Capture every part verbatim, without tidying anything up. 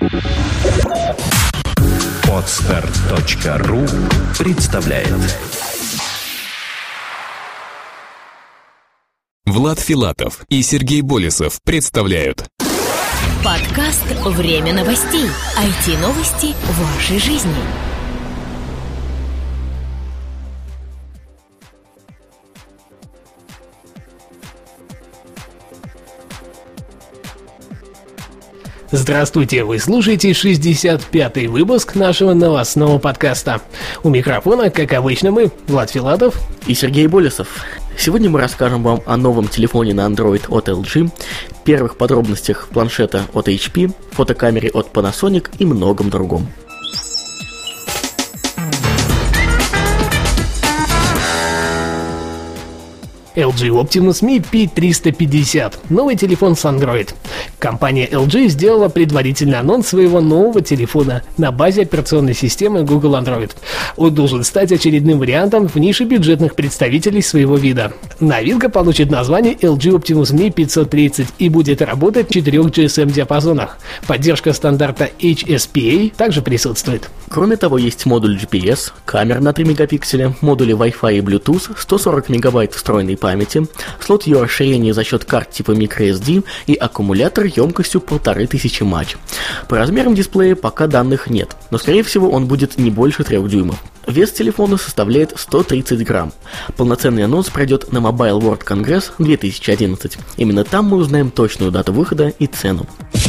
Подстар точка ру представляет. Влад Филатов и Сергей Болесов представляют подкаст «Время новостей». ай ти-новости вашей жизни. Здравствуйте, вы слушаете шестьдесят пятый выпуск нашего новостного подкаста. У микрофона, как обычно, мы, Влад Филатов и Сергей Болесов. Сегодня мы расскажем вам о новом телефоне на Android от эл джи, первых подробностях планшета от эйч пи, фотокамере от Panasonic и многом другом. эл джи Optimus ми пи триста пятьдесят. Новый телефон с Android. Компания эл джи сделала предварительный анонс своего нового телефона на базе операционной системы Google Android. Он должен стать очередным вариантом в нише бюджетных представителей своего вида. Новинка получит название эл джи Optimus ми пятьсот тридцать и будет работать в четырех джи эс эм диапазонах. Поддержка стандарта эйч эс пи эй также присутствует. Кроме того, есть модуль джи пи эс, камера на три мегапикселя, модули Wi-Fi и Bluetooth, сто сорок мегабайт встроенной памяти, слот ее расширения за счет карт типа microSD и аккумулятор емкостью полторы тысячи мАч. По размерам дисплея пока данных нет, но скорее всего он будет не больше трех дюймов. Вес телефона составляет сто тридцать грамм. Полноценный анонс пройдет на Mobile World Congress две тысячи одиннадцать. Именно там мы узнаем точную дату выхода и цену.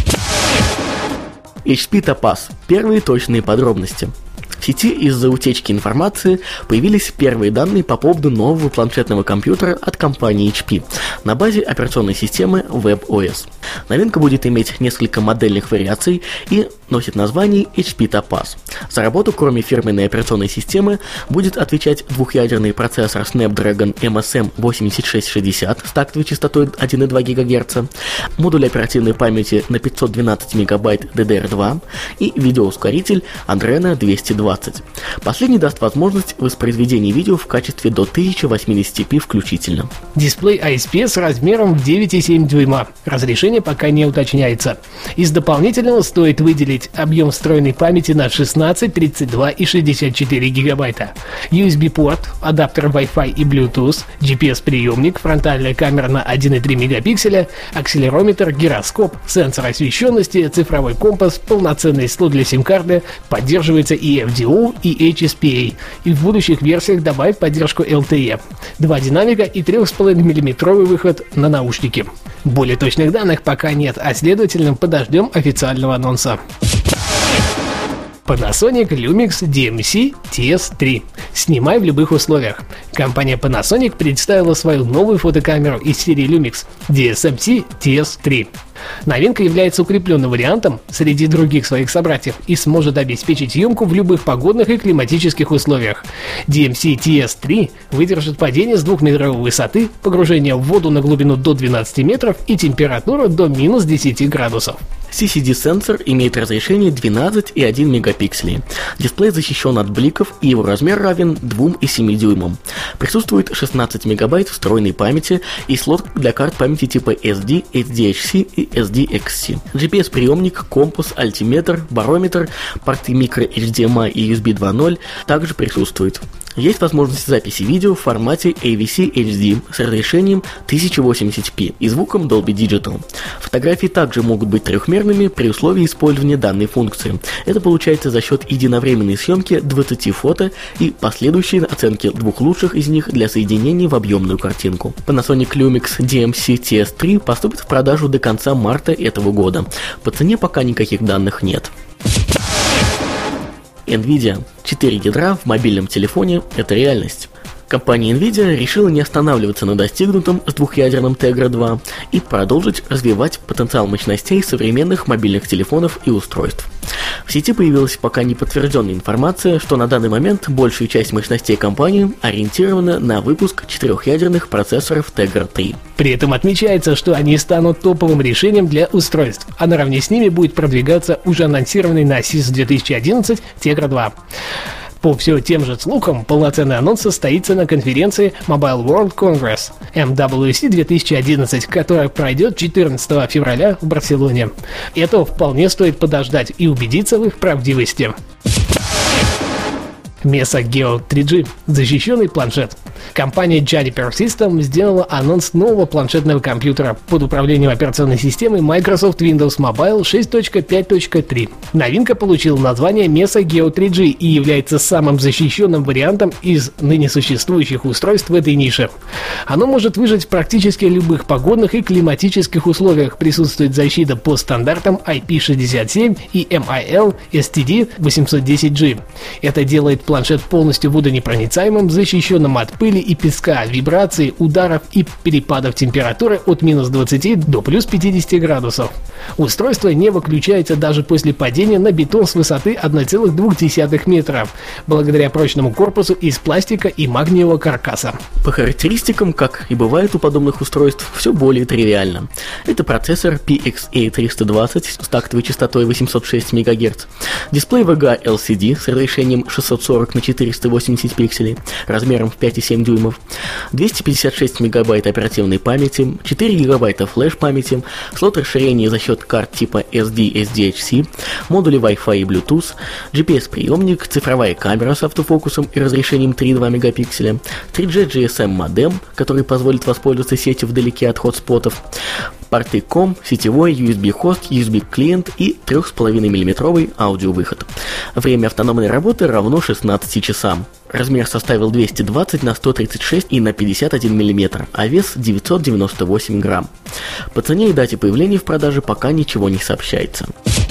эйч пи Topaz. Первые точные подробности. В сети из-за утечки информации появились первые данные по поводу нового планшетного компьютера от компании эйч пи на базе операционной системы WebOS. Новинка будет иметь несколько модельных вариаций и носит название эйч пи Topaz. За работу, кроме фирменной операционной системы, будет отвечать двухъядерный процессор Snapdragon эм эс эм восемьдесят шесть шестьдесят с тактовой частотой один и два гигагерца, модуль оперативной памяти на пятьсот двенадцать мегабайт ди ди ар два и видеоускоритель Adreno двести двадцать. Последний даст возможность воспроизведения видео в качестве до тысяча восемьдесят пи включительно. Дисплей ай эс пи с размером в девять и семь дюйма. Разрешение пока не уточняется. Из дополнительного стоит выделить объем встроенной памяти на шестнадцать, тридцать два и шестьдесят четыре гигабайта, ю эс би-порт, адаптер Wi-Fi и Bluetooth, джи пи эс-приемник, фронтальная камера на один и три мегапикселя, акселерометр, гироскоп, сенсор освещенности, цифровой компас, полноценный слот для сим-карты, поддерживается и эф ди о, и эйч эс пи эй, и в будущих версиях добавить поддержку эл ти и, два динамика и три и пять миллиметровый выход на наушники. Более точных данных пока нет, а следовательно подождем официального анонса. Panasonic Lumix ди эм си ти эс три. Снимай в любых условиях. Компания Panasonic представила свою новую фотокамеру из серии Lumix ди эс эм си ти эс три. Новинка является укрепленным вариантом среди других своих собратьев и сможет обеспечить съемку в любых погодных и климатических условиях. ди эм си ти эс три выдержит падение с двухметровой высоты, погружение в воду на глубину до двенадцати метров и температуру до минус десяти градусов. си си ди-сенсор имеет разрешение двенадцать и один мегапикселей. Дисплей защищен от бликов и его размер равен двум и семи дюймам. Присутствует шестнадцать мегабайт встроенной памяти и слот для карт памяти типа эс ди, эйч ди эйч си и эс ди экс си. джи пи эс-приемник, компас, альтиметр, барометр, порты micro эйч ди эм ай и ю эс би два ноль также присутствуют. Есть возможность записи видео в формате эй ви си эйч ди с разрешением тысяча восемьдесят пи и звуком Dolby Digital. Фотографии также могут быть трехмерными при условии использования данной функции. Это получается за счет единовременной съемки двадцати фото и последующей оценки двух лучших из них для соединения в объемную картинку. Panasonic Lumix ди эм си ти эс три поступит в продажу до конца марта этого года. По цене пока никаких данных нет. NVIDIA. четыре ядра в мобильном телефоне – это реальность. Компания NVIDIA решила не останавливаться на достигнутом с двухъядерным Tegra два и продолжить развивать потенциал мощностей современных мобильных телефонов и устройств. В сети появилась пока неподтвержденная информация, что на данный момент большая часть мощностей компании ориентирована на выпуск четырехъядерных процессоров Tegra три. При этом отмечается, что они станут топовым решением для устройств, а наравне с ними будет продвигаться уже анонсированный на си и эс две тысячи одиннадцать Tegra два. По все тем же слухам, полноценный анонс состоится на конференции Mobile World Congress эм дабл ю си две тысячи одиннадцать, которая пройдет четырнадцатого февраля в Барселоне. Этого вполне стоит подождать и убедиться в их правдивости. Mesa Geo три джи – защищенный планшет. Компания Juniper Systems сделала анонс нового планшетного компьютера под управлением операционной системы Microsoft Windows Mobile шесть точка пять точка три. Новинка получила название Mesa Geo три джи и является самым защищенным вариантом из ныне существующих устройств в этой нише. Оно может выжить в практически любых погодных и климатических условиях. Присутствует защита по стандартам ай пи шестьдесят семь и эм ай эл эс ти ди восемьсот десять джи. Это делает планшет полностью водонепроницаемым, защищенным от пыли и песка, вибраций, ударов и перепадов температуры от минус двадцати до плюс пятидесяти градусов. Устройство не выключается даже после падения на бетон с высоты одна целых две десятых метра, благодаря прочному корпусу из пластика и магниевого каркаса. По характеристикам, как и бывает у подобных устройств, все более тривиально. Это процессор пи икс эй триста двадцать с тактовой частотой восемьсот шесть мегагерц, дисплей ви джи эй эл си ди с разрешением шестьсот сорок на четыреста восемьдесят пикселей, размером в пять и семь дюймов, двести пятьдесят шесть мегабайт оперативной памяти, четыре гигабайта флеш-памяти, слот расширения за счет карт типа эс ди эс ди эйч си, модули Wi-Fi и Bluetooth, джи пи эс-приемник, цифровая камера с автофокусом и разрешением три и два мегапикселя, три джи джи эс эм модем, который позволит воспользоваться сетью вдалеке от хотспотов, порты ком, сетевой, ю эс би-хост, ю эс би-клиент и три и пять миллиметровый аудиовыход. Время автономной работы равно шестнадцати часам. Размер составил двести двадцать на сто тридцать шесть и на пятьдесят один миллиметр, а вес девятьсот девяносто восемь грамм. По цене и дате появления в продаже пока ничего не сообщается.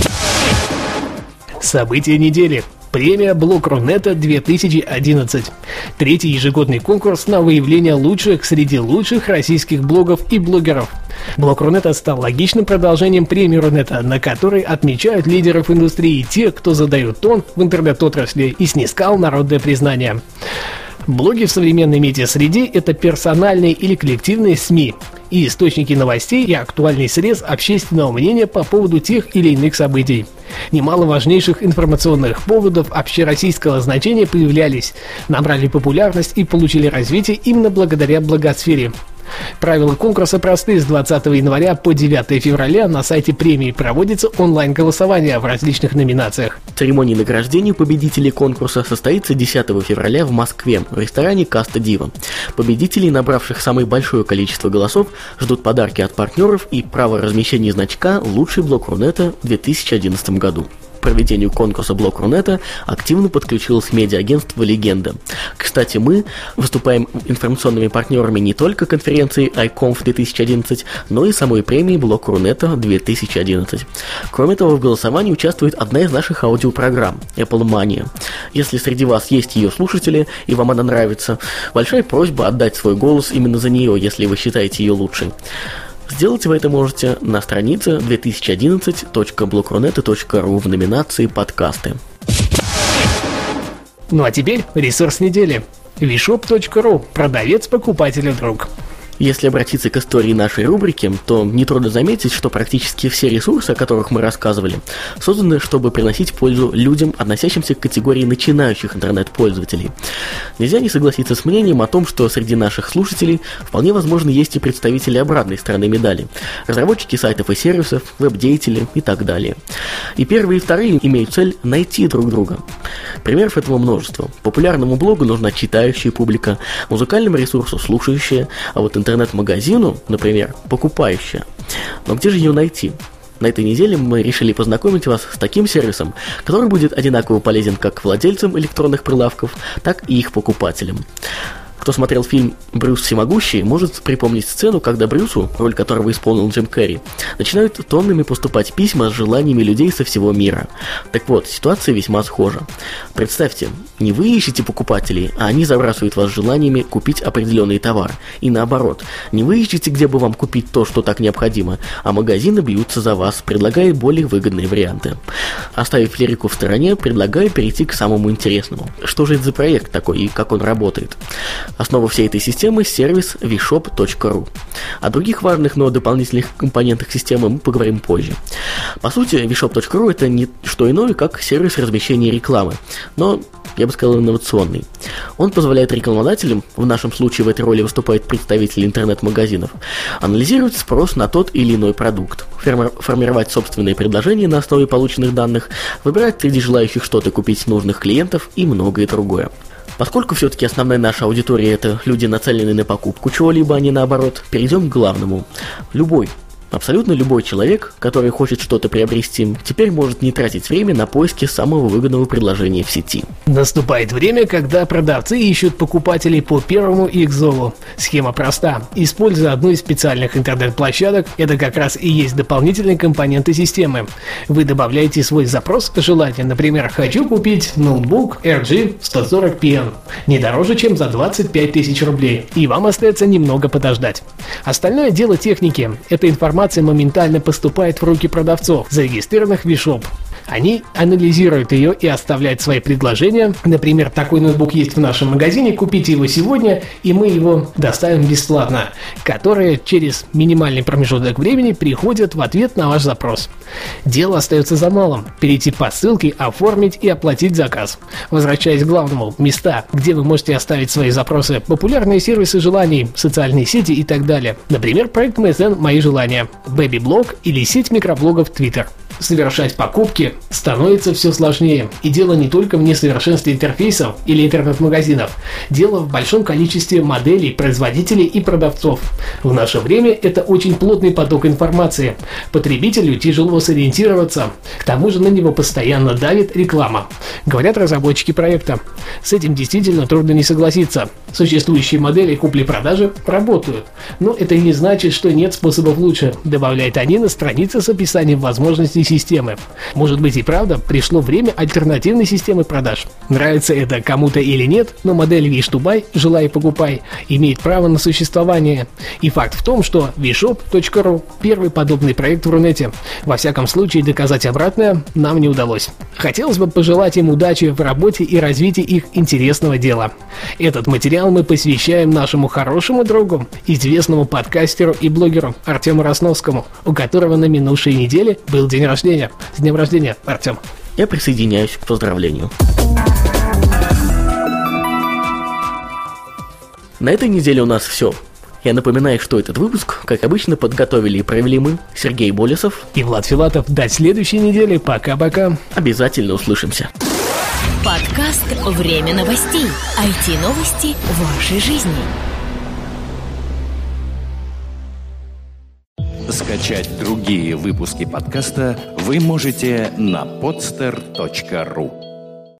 События недели. Премия Блок.Рунета две тысячи одиннадцать. Третий ежегодный конкурс на выявление лучших среди лучших российских блогов и блогеров. Блок.Рунета стал логичным продолжением премии Рунета, на которой отмечают лидеров индустрии и тех, кто задает тон в интернет-отрасли и снискал народное признание. Блоги в современной медиа-среде – это персональные или коллективные СМИ и источники новостей и актуальный срез общественного мнения по поводу тех или иных событий. Немало важнейших информационных поводов общероссийского значения появлялись, набрали популярность и получили развитие именно благодаря блогосфере. Правила конкурса просты. С двадцатого января по девятого февраля на сайте премии проводится онлайн-голосование в различных номинациях. Церемония награждения победителей конкурса состоится десятого февраля в Москве в ресторане Каста Дива. Победителей, набравших самое большое количество голосов, ждут подарки от партнеров и право размещения значка «Лучший блог Рунета» в две тысячи одиннадцатом году. К проведению конкурса Блок.Рунета активно подключилось медиа-агентство «Легенда». Кстати, мы выступаем информационными партнерами не только конференции ай конф две тысячи одиннадцать, но и самой премии Блок.Рунета две тысячи одиннадцать. Кроме того, в голосовании участвует одна из наших аудиопрограмм Apple Mania. Если среди вас есть ее слушатели и вам она нравится, большая просьба отдать свой голос именно за нее, если вы считаете ее лучшей. Сделать вы это можете на странице две тысячи одиннадцать точка блок рунета точка ру в номинации «Подкасты». Ну а теперь ресурс недели. вишоп точка ру. Продавец покупателя друг. Если обратиться к истории нашей рубрики, то нетрудно заметить, что практически все ресурсы, о которых мы рассказывали, созданы, чтобы приносить пользу людям, относящимся к категории начинающих интернет-пользователей. Нельзя не согласиться с мнением о том, что среди наших слушателей вполне возможно есть и представители обратной стороны медали, разработчики сайтов и сервисов, веб-деятели и так далее. И первые и вторые имеют цель найти друг друга. Примеров этого множество. Популярному блогу нужна читающая публика, музыкальному ресурсу слушающая, а вот интернет-магазину, например, покупающая. Но где же ее найти? На этой неделе мы решили познакомить вас с таким сервисом, который будет одинаково полезен как владельцам электронных прилавков, так и их покупателям. Кто смотрел фильм «Брюс всемогущий», может припомнить сцену, когда Брюсу, роль которого исполнил Джим Керри, начинают тоннами поступать письма с желаниями людей со всего мира. Так вот, ситуация весьма схожа. Представьте, не вы ищете покупателей, а они забрасывают вас желаниями купить определенный товар. И наоборот, не вы ищете, где бы вам купить то, что так необходимо, а магазины бьются за вас, предлагая более выгодные варианты. Оставив лирику в стороне, предлагаю перейти к самому интересному. Что же это за проект такой и как он работает? Основа всей этой системы – сервис ви шоп точка ру. О других важных, но дополнительных компонентах системы мы поговорим позже. По сути, ви шоп точка ру – это не что иное, как сервис размещения рекламы, но, я бы сказал, инновационный. Он позволяет рекламодателям, в нашем случае в этой роли выступают представители интернет-магазинов, анализировать спрос на тот или иной продукт, формировать собственные предложения на основе полученных данных, выбирать среди желающих что-то купить нужных клиентов и многое другое. Поскольку все-таки основная наша аудитория – это люди, нацеленные на покупку чего-либо, а не наоборот, перейдем к главному. Любой, абсолютно любой человек, который хочет что-то приобрести, теперь может не тратить время на поиски самого выгодного предложения в сети. Наступает время, когда продавцы ищут покупателей по первому их зову. Схема проста. Используя одну из специальных интернет-площадок, это как раз и есть дополнительные компоненты системы. Вы добавляете свой запрос желания, например, «Хочу купить ноутбук эр джи сто сорок пи эн, не дороже, чем за двадцать пять тысяч рублей», и вам остается немного подождать. Остальное дело техники. Эта информация моментально поступает в руки продавцов, зарегистрированных в ви шоп. Они анализируют ее и оставляют свои предложения. Например, такой ноутбук есть в нашем магазине, купите его сегодня, и мы его доставим бесплатно, которые через минимальный промежуток времени приходят в ответ на ваш запрос. Дело остается за малым – перейти по ссылке, оформить и оплатить заказ. Возвращаясь к главному – места, где вы можете оставить свои запросы, популярные сервисы желаний, социальные сети и так далее. Например, проект эм эс эн «Мои желания», Бэби-блог или сеть микроблогов Twitter. Совершать покупки становится все сложнее. И дело не только в несовершенстве интерфейсов или интернет-магазинов. Дело в большом количестве моделей, производителей и продавцов. В наше время это очень плотный поток информации. Потребителю тяжело сориентироваться. К тому же на него постоянно давит реклама. Говорят разработчики проекта. С этим действительно трудно не согласиться. Существующие модели купли-продажи работают. Но это не значит, что нет способов лучше, добавляют они на странице с описанием возможностей системы. Может быть и правда, пришло время альтернативной системы продаж. Нравится это кому-то или нет, но модель Wish to Buy, желай и покупай, имеет право на существование. И факт в том, что ви шоп точка ру – первый подобный проект в Рунете. Во всяком случае, доказать обратное нам не удалось. Хотелось бы пожелать им удачи в работе и развитии их интересного дела. Этот материал мы посвящаем нашему хорошему другу, известному подкастеру и блогеру Артему Росновскому, у которого на минувшей неделе был день рождения. С днем рождения, Артем! Я присоединяюсь к поздравлению. На этой неделе у нас все. Я напоминаю, что этот выпуск, как обычно, подготовили и провели мы, Сергей Болесов и Влад Филатов. До следующей недели. Пока-пока. Обязательно услышимся. Подкаст «Время новостей». ай ти-новости вашей жизни. Скачать другие выпуски подкаста вы можете на подстер точка ру.